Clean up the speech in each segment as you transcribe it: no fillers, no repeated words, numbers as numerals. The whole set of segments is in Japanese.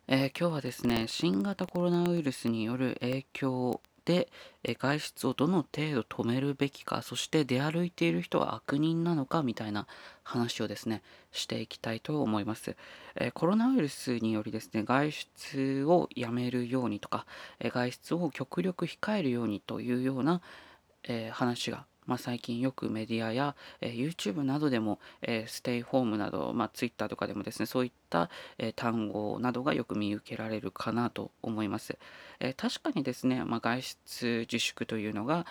今日はですね、新型コロナウイルスによる影響で、外出をどの程度止めるべきか、そして出歩いている人は悪人なのかみたいな話をですね、していきたいと思います。コロナウイルスによりですね、外出をやめるようにとか、外出を極力控えるようにというような話が、最近よくメディアや、YouTube などでも、ステイホームなど、Twitter とかでもですね、そういった、単語などがよく見受けられるかなと思います。確かにですね、外出自粛というのが、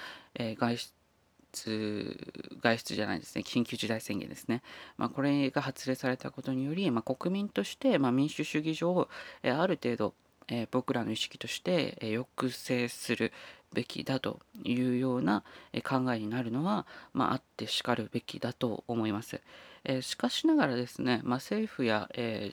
外出じゃないですね、緊急事態宣言ですね。これが発令されたことにより、国民として、民主主義上、ある程度、僕らの意識として、抑制するべきだというような、考えになるのは、あってしかるべきだと思います。しかしながらですね、政府や、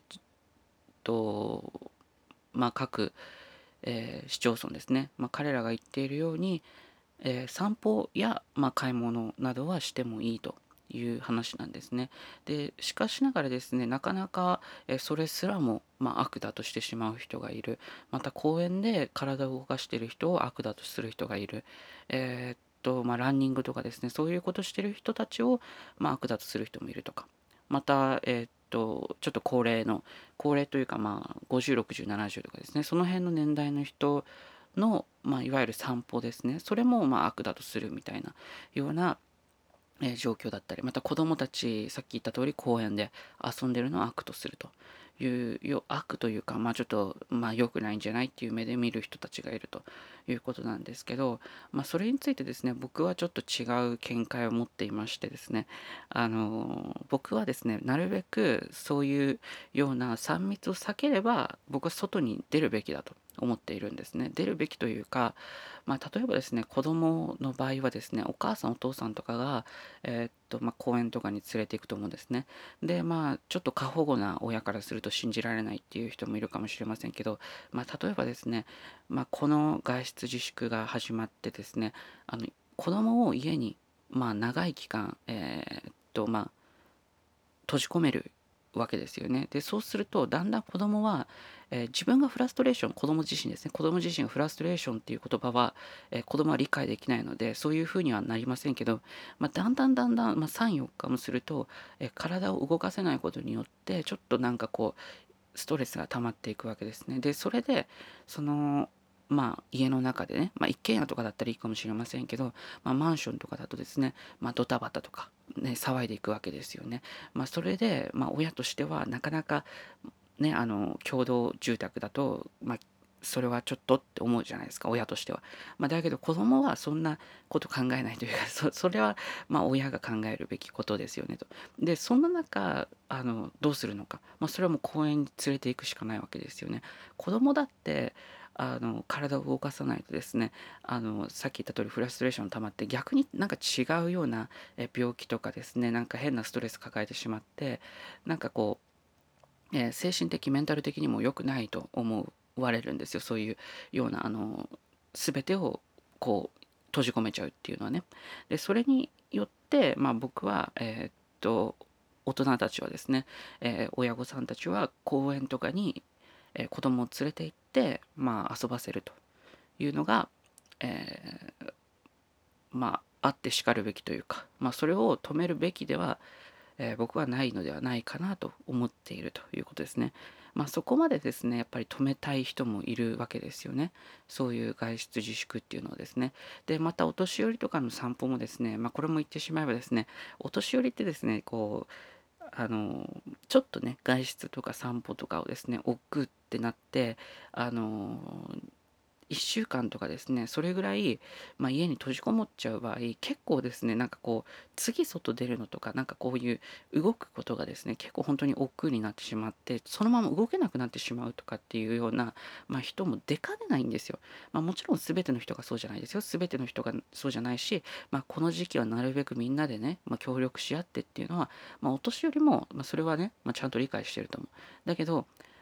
と、各、市町村ですね、彼らが言っているように、散歩や、買い物などはしてもいいという話なんですね。で、しかしながらですね、なかなか、それすらも、悪だとしてしまう人がいる。また公園で体を動かしている人を悪だとする人がいる。ランニングとかですね、そういうことしてる人たちを、悪だとする人もいるとか。また、ちょっと高齢というか、50、60、70とかですね、その辺の年代の人の、いわゆる散歩ですね。それも悪だとするみたいなような、状況だったり、また子供たち、さっき言った通り公園で遊んでるのを悪とすると悪というか、ちょっと、良くないんじゃないっていう目で見る人たちがいるということなんですけど、それについてですね、僕はちょっと違う見解を持っていましてですね、僕はですね、なるべくそういうような3密を避ければ、僕は外に出るべきだと思っているんですね。出るべきというか、例えばですね、子供の場合はですね、お母さんお父さんとかが、公園とかに連れて行くと思うんですね。で、ちょっと過保護な親からすると信じられないっていう人もいるかもしれませんけど、例えばですね、この外出自粛が始まってですね、子供を家に、長い期間、閉じ込めるわけですよね。で、そうすると、だんだん子供は、自分がフラストレーション、子供自身ですね、子供自身がフラストレーションっていう言葉は、子供は理解できないので、そういうふうにはなりませんけど、だんだん、3、4日もすると、体を動かせないことによって、ちょっとなんかこう、ストレスが溜まっていくわけですね。で、それで、その、家の中でね、一軒家とかだったらいいかもしれませんけど、マンションとかだとですね、ドタバタとか、ね、騒いでいくわけですよね。それで、親としてはなかなか、ね、共同住宅だと、それはちょっとって思うじゃないですか、親としては。だけど子供はそんなこと考えないというか、それは、親が考えるべきことですよねと。で、そんな中、どうするのか。それはもう公園に連れて行くしかないわけですよね。子供だって、体を動かさないとですね、さっき言った通りフラストレーション溜まって逆になんか違うような病気とかですね、なんか変なストレス抱えてしまって、なんかこう、精神的、メンタル的にも良くないと思われるんですよ。そういうような、全てをこう、閉じ込めちゃうっていうのはね。で、それによって、僕は、大人たちはですね、親御さんたちは公園とかに、子供を連れて行って、遊ばせるというのが、えあってしかるべきというか、それを止めるべきでは僕はないのではないかなと思っているということですね。そこまでですね、やっぱり止めたい人もいるわけですよね。そういう外出自粛っていうのはですね。で、またお年寄りとかの散歩もですね、これも言ってしまえばですね、お年寄りってですね、こう、ちょっとね、外出とか散歩とかをですね、億劫ってなって、あの、1週間とかですね、それぐらい、家に閉じこもっちゃう場合、結構ですね、なんかこう、次外出るのとか、なんかこういう動くことがですね、結構本当に億劫になってしまって、そのまま動けなくなってしまうとかっていうような、人も出かねないんですよ。もちろん全ての人がそうじゃないですよ。全ての人がそうじゃないし、この時期はなるべくみんなでね、協力し合ってっていうのは、お年寄りも、それはね、ちゃんと理解してると思う。だけど、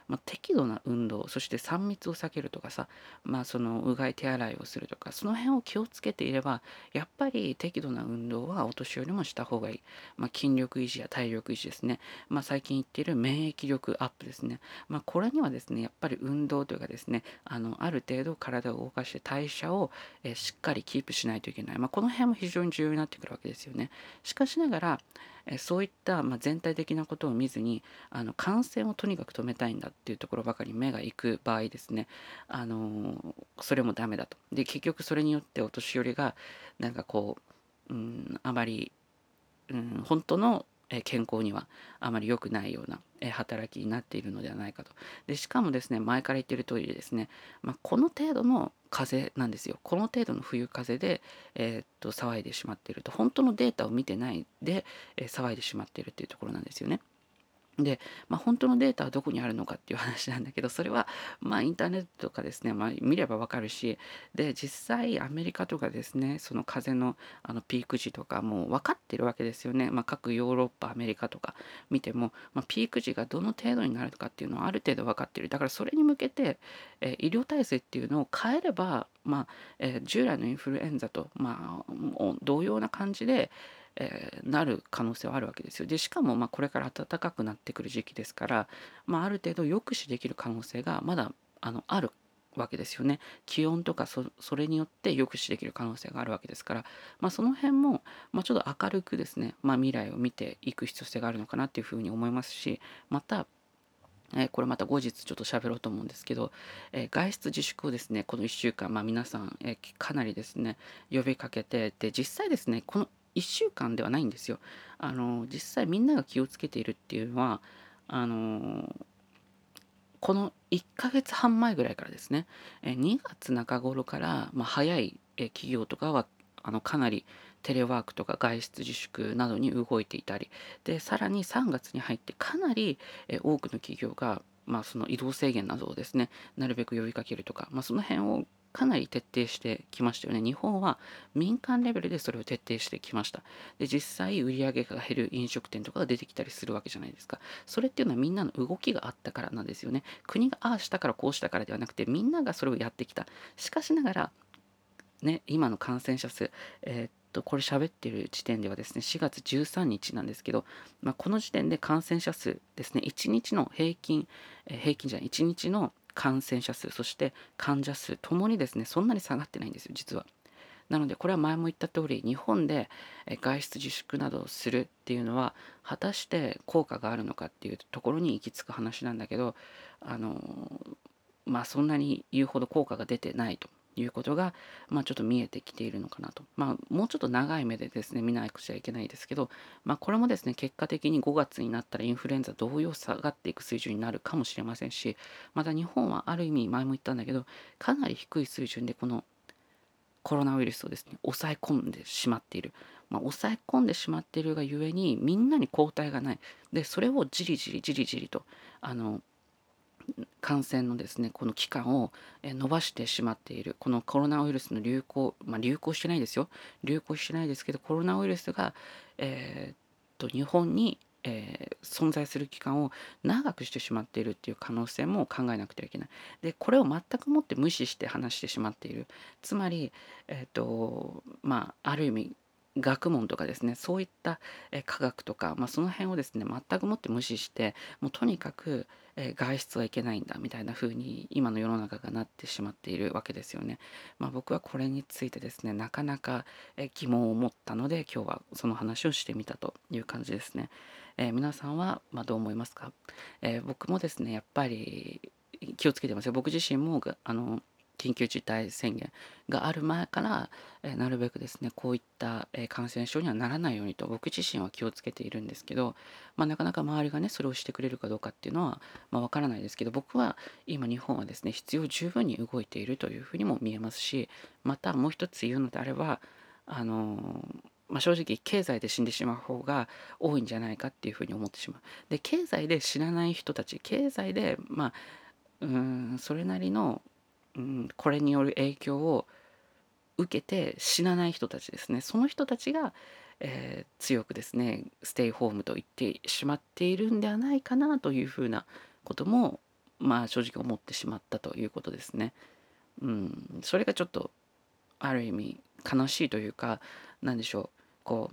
適度な運動、そして3密を避けるとかさ、そのうがい手洗いをするとか、その辺を気をつけていれば、やっぱり適度な運動はお年寄りもした方がいい。筋力維持や体力維持ですね。最近言っている免疫力アップですね。これにはですね、やっぱり運動というかですね、ある程度体を動かして代謝を、しっかりキープしないといけない。この辺も非常に重要になってくるわけですよね。しかしながら、そういった、全体的なことを見ずに、感染をとにかく止めたいんだっていうところばかり目が行く場合ですね、それもダメだと。で、結局それによってお年寄りが、なんかこあまり本当の健康にはあまり良くないような働きになっているのではないかと。で、しかもですね、前から言っている通りでですね、この程度の風邪なんですよ。この程度の冬風邪で、騒いでしまっていると。本当のデータを見てないで、騒いでしまっているというところなんですよね。で、本当のデータはどこにあるのかっていう話なんだけど、それは、インターネットとかですね、見ればわかるし、で、実際アメリカとかですね、その風邪のピーク時とかもう分かってるわけですよね。各ヨーロッパ、アメリカとか見ても、ピーク時がどの程度になるかっていうのはある程度分かっている。だからそれに向けて、医療体制っていうのを変えれば、従来のインフルエンザと、同様な感じで、なる可能性はあるわけですよ。で、しかもこれから暖かくなってくる時期ですから、ある程度抑止できる可能性がまだあるわけですよね。気温とかそれによって抑止できる可能性があるわけですから、その辺も、ちょっと明るくですね、未来を見ていく必要性があるのかなっていうふうに思いますし、また、これまた後日ちょっと喋ろうと思うんですけど、外出自粛をですね、この1週間、皆さん、かなりですね、呼びかけて、で、実際ですね、この1週間ではないんですよ。実際みんなが気をつけているっていうのは、あの、この1ヶ月半前ぐらいからですね、2月中頃から、早い企業とかはかなりテレワークとか外出自粛などに動いていたり、で、さらに3月に入ってかなり多くの企業が、その移動制限などをですね、なるべく呼びかけるとか、その辺をかなり徹底してきましたよね。日本は民間レベルでそれを徹底してきました。で、実際売上が減る飲食店とかが出てきたりするわけじゃないですか。それっていうのはみんなの動きがあったからなんですよね。国がああしたからこうしたからではなくて、みんながそれをやってきた。しかしながら、ね、今の感染者数、これ喋ってる時点ではですね、4月13日なんですけど、この時点で感染者数ですね、1日の平均、平均じゃない、1日の感染者数、そして患者数ともにですね、そんなに下がってないんですよ、実は。なので、これは前も言った通り、日本で外出自粛などをするっていうのは、果たして効果があるのかっていうところに行き着く話なんだけど、あのそんなに言うほど効果が出てないということが、ちょっと見えてきているのかなと。もうちょっと長い目でですね、見なくちゃいけないですけど、これもですね、結果的に5月になったらインフルエンザ同様下がっていく水準になるかもしれませんし、また日本はある意味、前も言ったんだけど、かなり低い水準でこのコロナウイルスをですね、抑え込んでしまっている。抑え込んでしまっているがゆえに、みんなに抗体がない。で、それをじりじりじりじりと、あの、感染のですね、この期間を伸ばしてしまっている。このコロナウイルスの流行、流行してないですよ。流行してないですけど、コロナウイルスが、日本に、存在する期間を長くしてしまっているっていう可能性も考えなくてはいけない。で、これを全くもって無視して話してしまっている。つまり、ある意味、学問とかですね、そういった科学とか、その辺をですね、全くもって無視して、もうとにかく外出はいけないんだみたいな風に今の世の中がなってしまっているわけですよね。僕はこれについてですね、なかなか疑問を持ったので今日はその話をしてみたという感じですね。皆さんはどう思いますか？僕もですね、やっぱり気をつけてますよ。僕自身も緊急事態宣言がある前から、なるべくですね、こういった、感染症にはならないようにと僕自身は気をつけているんですけど、なかなか周りがね、それをしてくれるかどうかっていうのは、わからないですけど、僕は今日本はですね、必要十分に動いているというふうにも見えますし、またもう一つ言うのであれば、あの正直経済で死んでしまう方が多いんじゃないかっていうふうに思ってしまう。で、経済で死なない人たち、経済で、それなりの、これによる影響を受けて死なない人たちですね。その人たちが、強くですね、ステイホームと言ってしまっているんではないかなというふうなことも正直思ってしまったということですね。それがちょっとある意味悲しいというか、なんでしょう、こ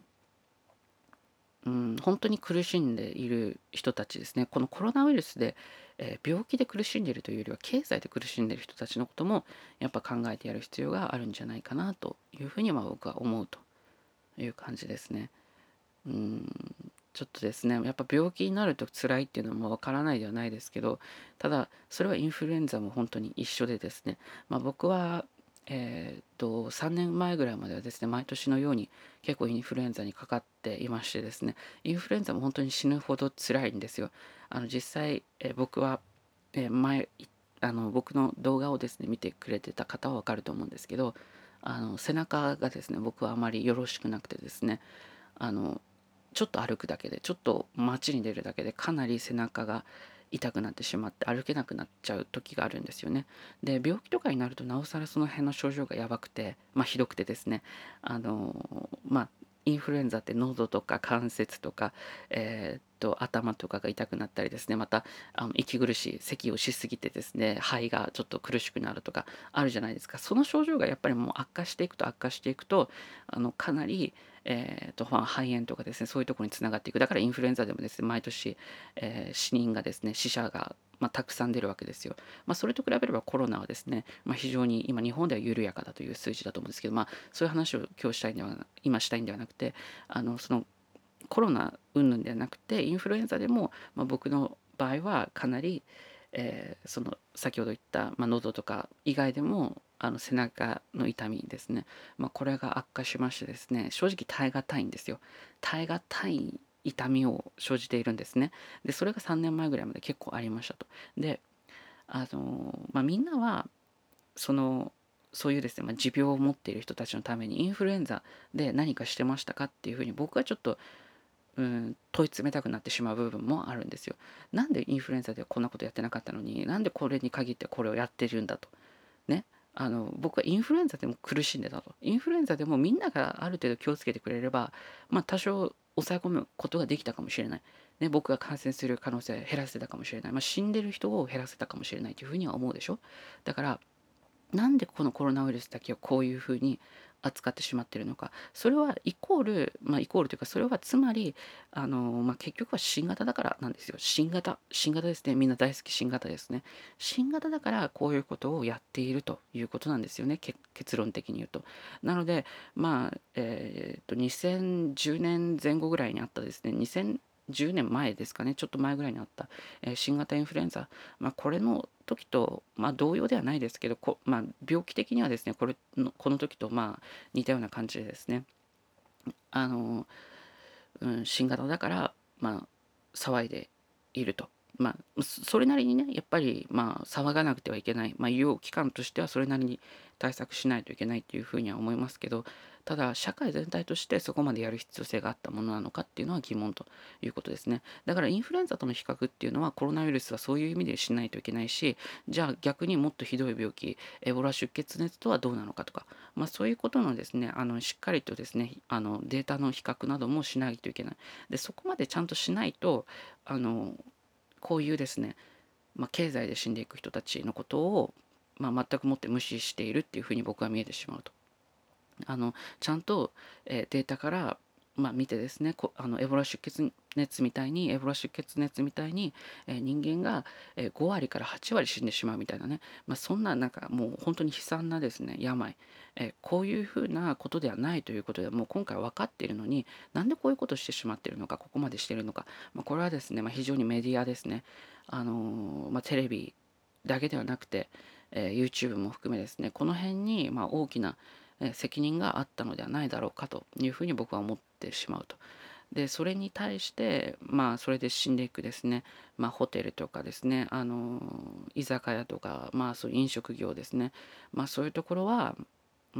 本当に苦しんでいる人たちですね。このコロナウイルスで、病気で苦しんでいるというよりは、経済で苦しんでいる人たちのこともやっぱ考えてやる必要があるんじゃないかなというふうに僕は思うという感じですね。うん、ちょっとですね、やっぱ病気になると辛いっていうのもわからないではないですけど、ただそれはインフルエンザも本当に一緒でですね、僕は3年前ぐらいまではですね、毎年のように結構インフルエンザにかかっていましてですね、インフルエンザも本当に死ぬほど辛いんですよ。実際、僕は、前、僕の動画をですね、見てくれてた方はわかると思うんですけど、背中がですね、僕はあまりよろしくなくてですね、あの、ちょっと歩くだけで、ちょっと街に出るだけでかなり背中が痛くなってしまって歩けなくなっちゃう時があるんですよね。で、病気とかになるとなおさらその辺の症状がやばくて、ひどくてですね、インフルエンザって喉とか関節とか、頭とかが痛くなったりですね、また息苦しい咳をしすぎてですね、肺がちょっと苦しくなるとかあるじゃないですか。その症状がやっぱりもう悪化していくと、かなり肺炎とかですね、そういうところにつながっていく。だからインフルエンザでもですね、毎年、死人がですね、死者が、たくさん出るわけですよ。それと比べればコロナはですね、非常に今日本では緩やかだという数字だと思うんですけど、そういう話を今日したいんでは今したいんではなくて、そのコロナ云々ではなくて、インフルエンザでも、僕の場合はかなり、その先ほど言った、喉とか以外でも背中の痛みですね、これが悪化しましてですね、正直耐え難いんですよ。耐え難い痛みを生じているんですね。で、それが3年前ぐらいまで結構ありましたと。で、みんなはそのそういうですね、持病を持っている人たちのためにインフルエンザで何かしてましたかっていうふうに僕はちょっと問い詰めたくなってしまう部分もあるんですよ。なんでインフルエンザではこんなことやってなかったのに、なんでこれに限ってこれをやってるんだと。ね。僕はインフルエンザでも苦しんでたと。インフルエンザでもみんながある程度気をつけてくれれば、多少抑え込むことができたかもしれない。ね、僕が感染する可能性を減らせたかもしれない。死んでる人を減らせたかもしれないというふうには思うでしょ。だから、なんでこのコロナウイルスだけをこういうふうに扱ってしまっているのか。それはイコール、イコールというか、それはつまり、結局は新型だからなんですよ。新型ですね。みんな大好き新型ですね。新型だからこういうことをやっているということなんですよね。結論的に言うと。なので、2010年前後ぐらいにあったですね、2010年前ですかね、ちょっと前ぐらいにあった、新型インフルエンザ、これの時と、同様ではないですけど、病気的にはですね、この時と似たような感じでですね、あの、新型だから、騒いでいると。それなりにね、やっぱり、騒がなくてはいけない、医療機関としてはそれなりに対策しないといけないっていうふうには思いますけど、ただ、社会全体としてそこまでやる必要性があったものなのかっていうのは疑問ということですね。だから、インフルエンザとの比較っていうのは、コロナウイルスはそういう意味でしないといけないし、じゃあ逆にもっとひどい病気、エボラ出血熱とはどうなのかとか、そういうことのですね、しっかりとですね、データの比較などもしないといけない。で、そこまでちゃんとしないと、あの、こういうですね、経済で死んでいく人たちのことを、全くもって無視しているっていうふうに僕は見えてしまうと。ちゃんと、データから、見てですね、エボラ出血熱みたいに、人間が、5割から8割死んでしまうみたいなね、そんななんかもう本当に悲惨なですね、病、こういうふうなことではないということでもう今回分かっているのに、なんでこういうことをしてしまっているのか、ここまでしているのか、これはですね、非常にメディアですね、テレビだけではなくて、YouTube も含めですね、この辺に、大きな責任があったのではないだろうかというふうに僕は思ってしまうと。で、それに対して、それで死んでいくですね、ホテルとかですね、居酒屋とか、そういう飲食業ですね、そういうところは、うん、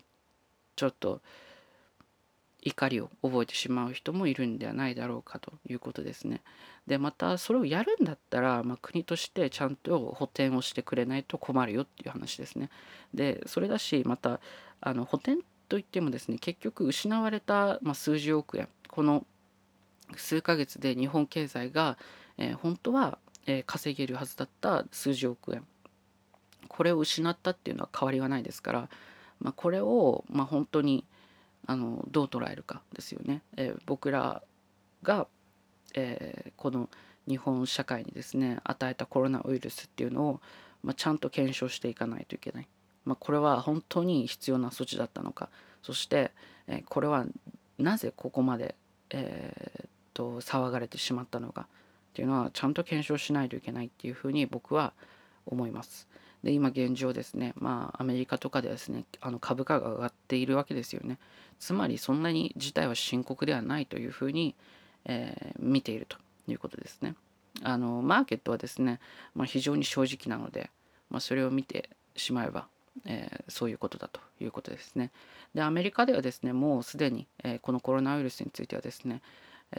ちょっと怒りを覚えてしまう人もいるんではないだろうかということですね。で、またそれをやるんだったら、国としてちゃんと補填をしてくれないと困るよっていう話ですね。で、それだし、また、補填といってもですね、結局失われた、数十億円、この数ヶ月で日本経済が、本当は、 稼げるはずだった数十億円、これを失ったっていうのは変わりはないですから、これを、本当にどう捉えるかですよね。僕らが、この日本社会にですね与えたコロナウイルスっていうのを、ちゃんと検証していかないといけない。これは本当に必要な措置だったのか、そして、これはなぜここまで、騒がれてしまったのかっていうのはちゃんと検証しないといけないっていうふうに僕は思います。で、今現状ですね、アメリカとかではですね、株価が上がっているわけですよね。つまりそんなに事態は深刻ではないというふうに、見ているということですね。マーケットはですね、非常に正直なので、それを見てしまえば、そういうことだということですね。で、アメリカではですね、もうすでに、このコロナウイルスについてはですね、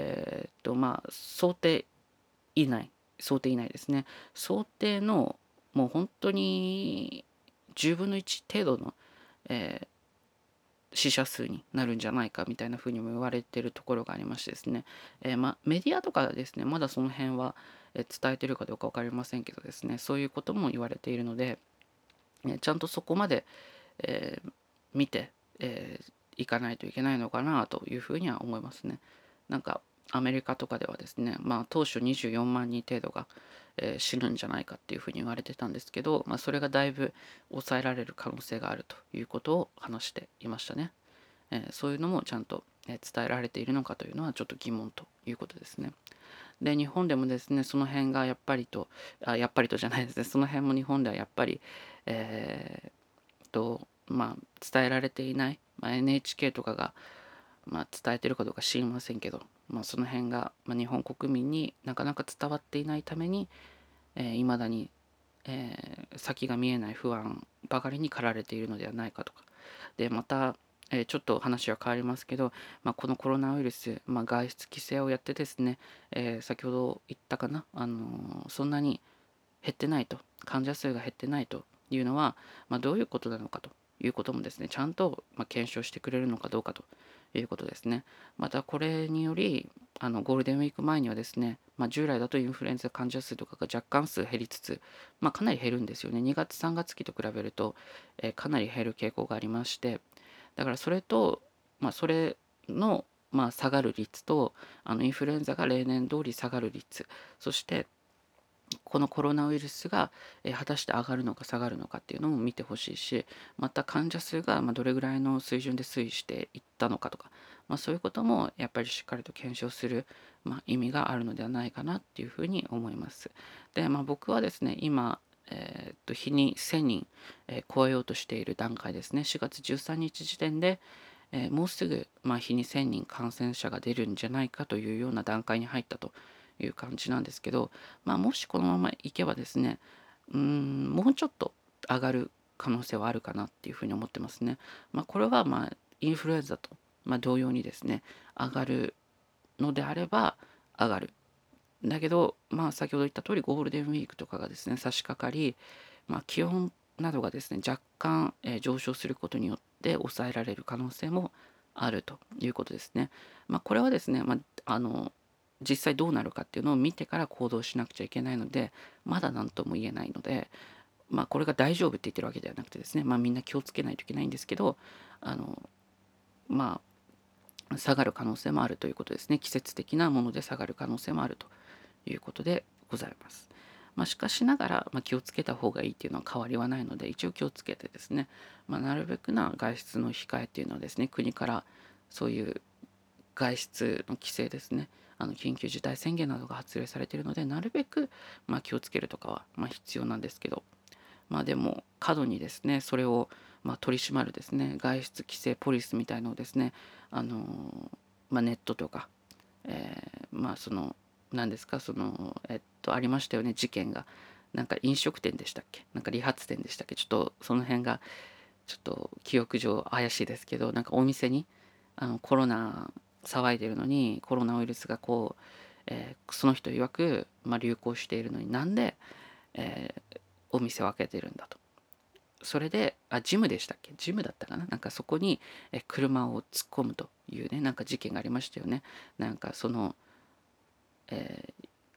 以内、想定以内ですね。想定のもう本当に10分の1程度の、え死者数になるんじゃないかみたいな風にも言われているところがありましてですね、メディアとかですね、まだその辺は伝えてるかどうか分かりませんけどですね、そういうことも言われているので、ちゃんとそこまで、えー見て、いかないといけないのかなというふうには思いますね。なんかアメリカとかではですね、当初24万人程度が、死ぬんじゃないかっていうふうに言われてたんですけど、それがだいぶ抑えられる可能性があるということを話していましたね。そういうのもちゃんと伝えられているのかというのはちょっと疑問ということですね。で、日本でもですね、その辺がやっぱりとじゃないですね、その辺も日本ではやっぱり、え伝えられていない、NHK とかが、伝えてるかどうか知りませんけど、その辺が、日本国民になかなか伝わっていないために、未だに、先が見えない不安ばかりに駆られているのではないかとか。で、また、ちょっと話は変わりますけど、このコロナウイルス、外出規制をやってですね、先ほど言ったかな、そんなに減ってないと、患者数が減ってないというのは、どういうことなのかということもですね、ちゃんと検証してくれるのかどうかということですね。またこれにより、ゴールデンウィーク前にはですね、従来だとインフルエンザ患者数とかが若干数減りつつ、かなり減るんですよね。2月3月期と比べると、かなり減る傾向がありまして、だからそれと、それの、下がる率と、インフルエンザが例年通り下がる率、そしてこのコロナウイルスが、果たして上がるのか下がるのかっていうのも見てほしいし、また患者数が、どれぐらいの水準で推移していったのかとか、そういうこともやっぱりしっかりと検証する、意味があるのではないかなっていうふうに思います。で、僕はですね、今、日に1000人、超えようとしている段階ですね。4月13日時点で、もうすぐ、日に1000人感染者が出るんじゃないかというような段階に入ったという感じなんですけど、もしこのままいけばですね、もうちょっと上がる可能性はあるかなっていうふうに思ってますね。これはインフルエンザと、同様にですね、上がるのであれば上がる。だけど、先ほど言った通りゴールデンウィークとかがですね、差し掛かり、気温などがですね、若干、上昇することによって抑えられる可能性もあるということですね。これはですね、実際どうなるかっていうのを見てから行動しなくちゃいけないので、まだ何とも言えないので、これが大丈夫って言ってるわけではなくてですね、みんな気をつけないといけないんですけど、あの、ま下がる可能性もあるということですね。季節的なもので下がる可能性もあるということでございます。しかしながら、気をつけた方がいいっていうのは変わりはないので、一応気をつけてですね、なるべくな外出の控えっていうのはですね、国からそういう外出の規制ですね、緊急事態宣言などが発令されているので、なるべく、気をつけるとかは、必要なんですけど、でも過度にですねそれを取り締まるですね外出規制ポリスみたいのをですねネットとか、その何ですかありましたよね事件が。なんか飲食店でしたっけ、なんか理髪店でしたっけ、ちょっとその辺がちょっと記憶上怪しいですけど、なんかお店にコロナ騒いでるのにコロナウイルスがその人曰く、流行しているのになんで、えお店を開けてるんだと。それで、ジムでしたっけ、ジムだったかな、なんかそこに車を突っ込むというね、なんか事件がありましたよね。なんかその、えー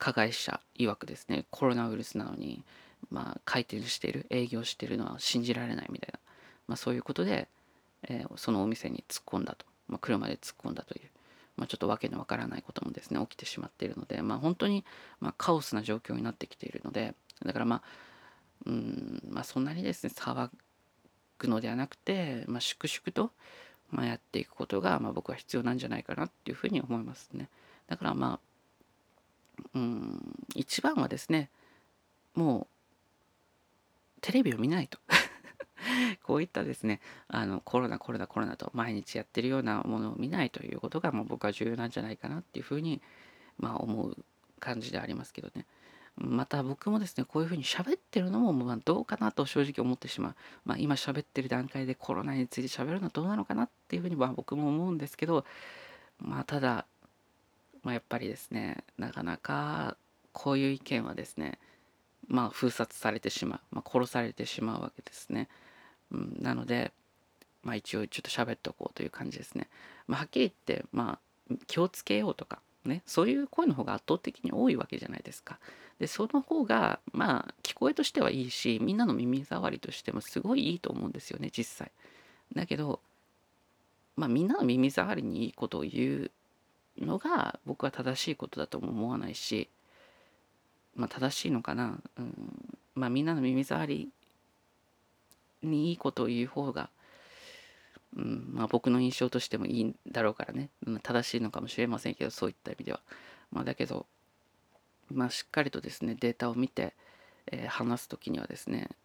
加害者曰くですね、コロナウイルスなのに、回転している、営業しているのは信じられないみたいな、そういうことで、そのお店に突っ込んだと、車で突っ込んだという、ちょっとわけのわからないこともですね、起きてしまっているので、本当に、カオスな状況になってきているので、だからそんなにですね、騒ぐのではなくて、粛々と、やっていくことが、僕は必要なんじゃないかなっていうふうに思いますね。だから一番はですね、もうテレビを見ないと。こういったですね、コロナ、コロナ、コロナと毎日やってるようなものを見ないということが、僕は重要なんじゃないかなっていうふうに、思う感じでありますけどね。また僕もですね、こういうふうに喋ってるのも、どうかなと正直思ってしまう。今喋ってる段階でコロナについて喋るのはどうなのかなっていうふうに僕も思うんですけど、ただ、やっぱりですね、なかなかこういう意見はですね、封殺されてしまう、殺されてしまうわけですね。なので、一応ちょっと喋っておこうという感じですね。はっきり言って、気をつけようとか、ね、そういう声の方が圧倒的に多いわけじゃないですか。で、その方が、聞こえとしてはいいし、みんなの耳障りとしてもすごいいいと思うんですよね、実際。だけど、みんなの耳障りにいいことを言うのが、僕は正しいことだとも思わないし、正しいのかな。みんなの耳障りにいいことを言う方が、僕の印象としてもいいんだろうからね、正しいのかもしれませんけど、そういった意味では。だけど、しっかりとですね、データを見て、話すときにはですね、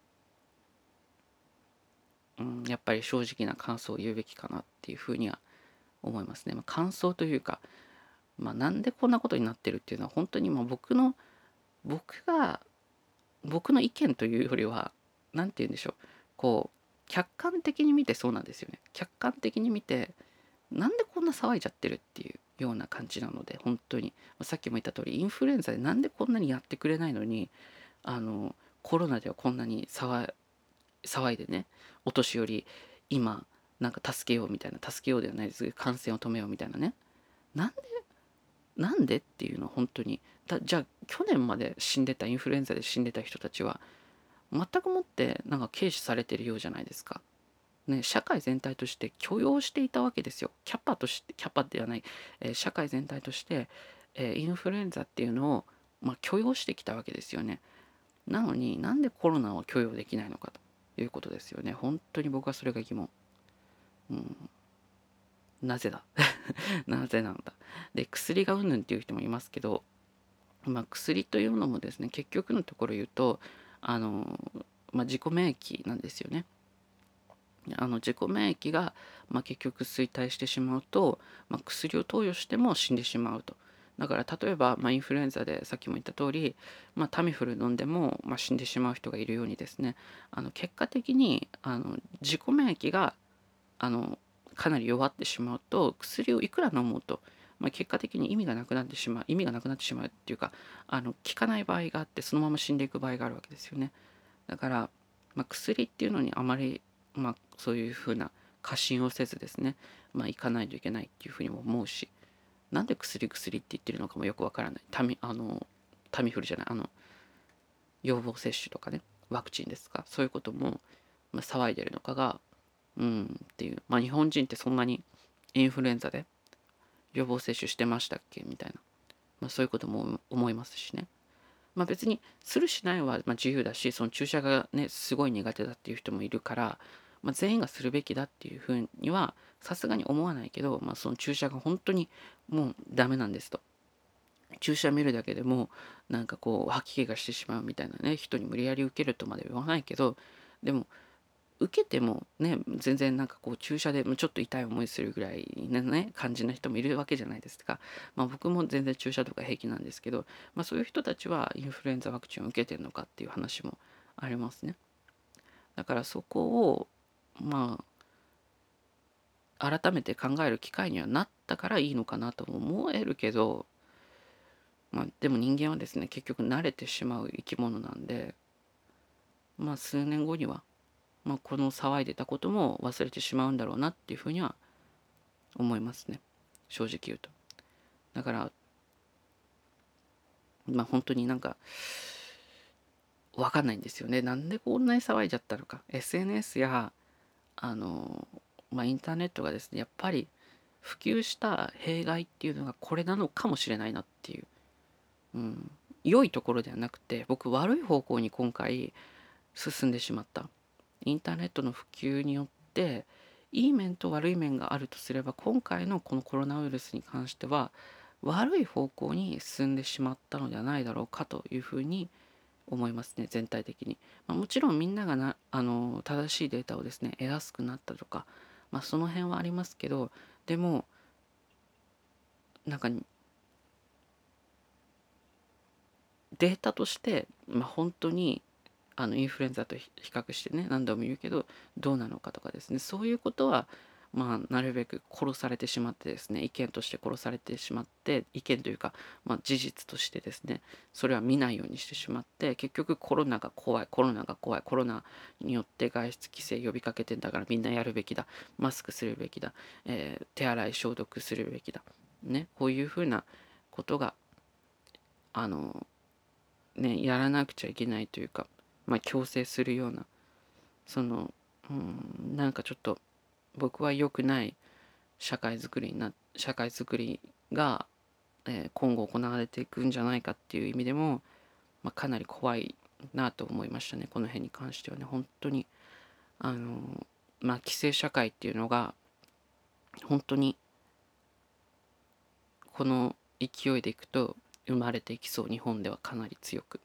やっぱり正直な感想を言うべきかなっていうふうには思いますね。感想というか、なんでこんなことになってるっていうのは、本当に僕が、僕の意見というよりは、何て言うんでしょう、こう、客観的に見てそうなんですよね。客観的に見て、なんでこんな騒いじゃってるっていうような感じなので、本当に、さっきも言った通り、インフルエンザでなんでこんなにやってくれないのに、あの、コロナではこんなに騒いでね、お年寄り、今、なんか助けようみたいな、助けようではないですけど、感染を止めようみたいなね。なんで、なんでっていうのは本当に、じゃあ、去年まで死んでた、インフルエンザで死んでた人たちは、全くもってなんか軽視されてるようじゃないですか。ね、社会全体として許容していたわけですよ。キャパとして、キャパではない、社会全体として、インフルエンザっていうのを、許容してきたわけですよね。なのになんでコロナを許容できないのかということですよね。本当に僕はそれが疑問。うん、なぜだなぜなんだ。で、薬がうんぬんっていう人もいますけど、薬というのもですね、結局のところ言うと、あの、自己免疫なんですよね。自己免疫が、結局衰退してしまうと、薬を投与しても死んでしまうと。だから例えば、インフルエンザでさっきも言った通り、タミフル飲んでも、死んでしまう人がいるようにですね、結果的に自己免疫があのかなり弱ってしまうと、薬をいくら飲もうと、結果的に意味がなくなってしまう、意味がなくなってしまうっていうか、効かない場合があって、そのまま死んでいく場合があるわけですよね。だから、薬っていうのにあまり、そういうふうな過信をせずですね、いかないといけないっていうふうにも思うし、なんで薬って言ってるのかもよくわからない。タミフルじゃない、予防接種とかね、ワクチンですか、そういうことも、騒いでるのかが、っていう、日本人ってそんなにインフルエンザで予防接種してましたっけみたいな、そういうことも思いますしね。別にするしないは自由だし、その注射がね、すごい苦手だっていう人もいるから、全員がするべきだっていうふうにはさすがに思わないけど、その注射が本当にもうダメなんですと。注射見るだけでもなんかこう吐き気がしてしまうみたいなね、人に無理やり受けるとまで言わないけど、でも受けてもね、全然なんかこう注射でちょっと痛い思いするぐらいのね、感じの人もいるわけじゃないですか。僕も全然注射とか平気なんですけど、そういう人たちはインフルエンザワクチンを受けてるのかっていう話もありますね。だからそこを、改めて考える機会にはなったからいいのかなとも思えるけど、でも人間はですね、結局慣れてしまう生き物なんで、数年後にはこの騒いでたことも忘れてしまうんだろうなっていうふうには思いますね。正直言うと。だから、 本当にわかんないんですよね。なんでこんなに騒いじゃったのか。SNS やあの、インターネットがですね、やっぱり普及した弊害っていうのがこれなのかもしれないなっていう、うん、良いところではなくて、僕悪い方向に今回進んでしまった。インターネットの普及によっていい面と悪い面があるとすれば、今回のこのコロナウイルスに関しては悪い方向に進んでしまったのではないだろうかというふうに思いますね、全体的に。もちろんみんなが正しいデータをですね得やすくなったとか、その辺はありますけど、でもなんかデータとして、本当にインフルエンザと比較してね、何度も言うけどどうなのかとかですね、そういうことはなるべく殺されてしまってですね、意見として殺されてしまって、意見というか、事実としてですね、それは見ないようにしてしまって、結局コロナが怖い、コロナが怖い、コロナによって外出規制呼びかけてんだからみんなやるべきだ、マスクするべきだ、手洗い消毒するべきだ、ね、こういうふうなことがあのやらなくちゃいけないというか、強制するような、その、ちょっと僕は良くない社会づくりが、今後行われていくんじゃないかっていう意味でも、かなり怖いなと思いましたね、この辺に関してはね。本当に規制社会っていうのが本当にこの勢いでいくと生まれていきそう、日本ではかなり強く、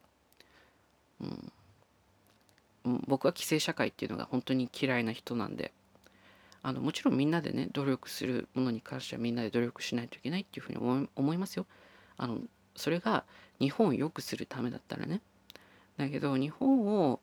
僕は規制社会っていうのが本当に嫌いな人なんで、もちろんみんなでね努力するものに関してはみんなで努力しないといけないっていうふうに思いますよ。あのそれが日本を良くするためだったらね。だけど日本を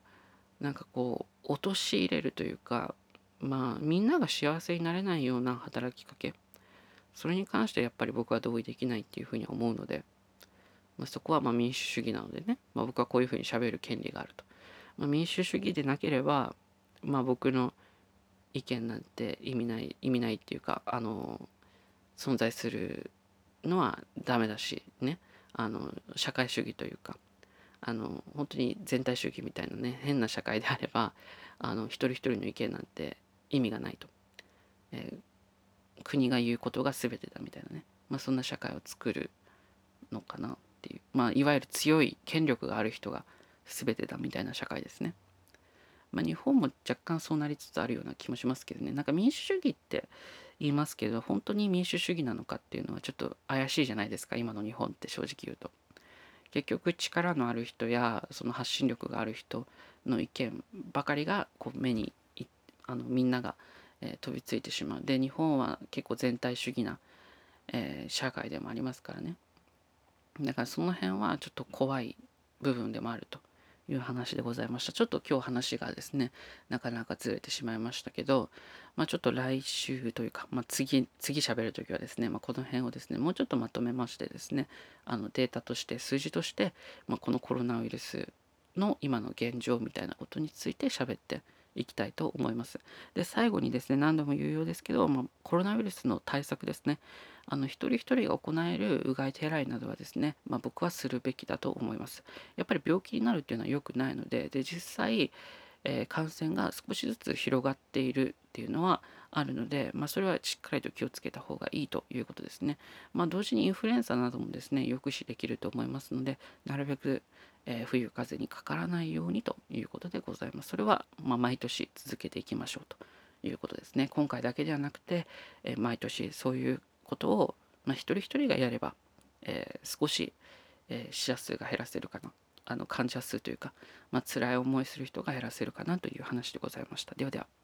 陥れるというか、みんなが幸せになれないような働きかけ、それに関してやっぱり僕は同意できないっていうふうに思うので、そこは民主主義なのでね、僕はこういうふうに喋る権利があると。民主主義でなければ、僕の意見なんて意味ないっていうか、存在するのはダメだしね、社会主義というか、本当に全体主義みたいなね、変な社会であれば、一人一人の意見なんて意味がないと。え国が言うことが全てだみたいなね、そんな社会を作るのかなっていう、いわゆる強い権力がある人が全てだみたいな社会ですね。日本も若干そうなりつつあるような気もしますけどね。民主主義って言いますけど、本当に民主主義なのかっていうのはちょっと怪しいじゃないですか、今の日本って正直言うと。結局力のある人やその発信力がある人の意見ばかりがこう目にみんなが、飛びついてしまう。で、日本は結構全体主義な、社会でもありますからね。だからその辺はちょっと怖い部分でもあるという話でございました。ちょっと今日話がですね、なかなかずれてしまいましたけど、ちょっと来週というか、次喋るときはですね、この辺をですね、もうちょっとまとめましてですね、データとして、数字として、このコロナウイルスの今の現状みたいなことについて喋っていきたいと思います。で、最後にですね、何度も言うようですけど、コロナウイルスの対策ですね、一人一人が行えるうがい手洗いなどはですね、僕はするべきだと思います。やっぱり病気になるっていうのは良くないので、実際、感染が少しずつ広がっているっていうのはあるので、それはしっかりと気をつけた方がいいということですね。同時にインフルエンザなどもですね、抑止できると思いますので、なるべく、冬風邪にかからないようにということでございます。それは、毎年続けていきましょうということですね。今回だけではなくて、毎年そういうことを、一人一人がやれば、少し、死者数が減らせるかな。患者数というか、辛い思いする人が減らせるかなという話でございました。ではでは。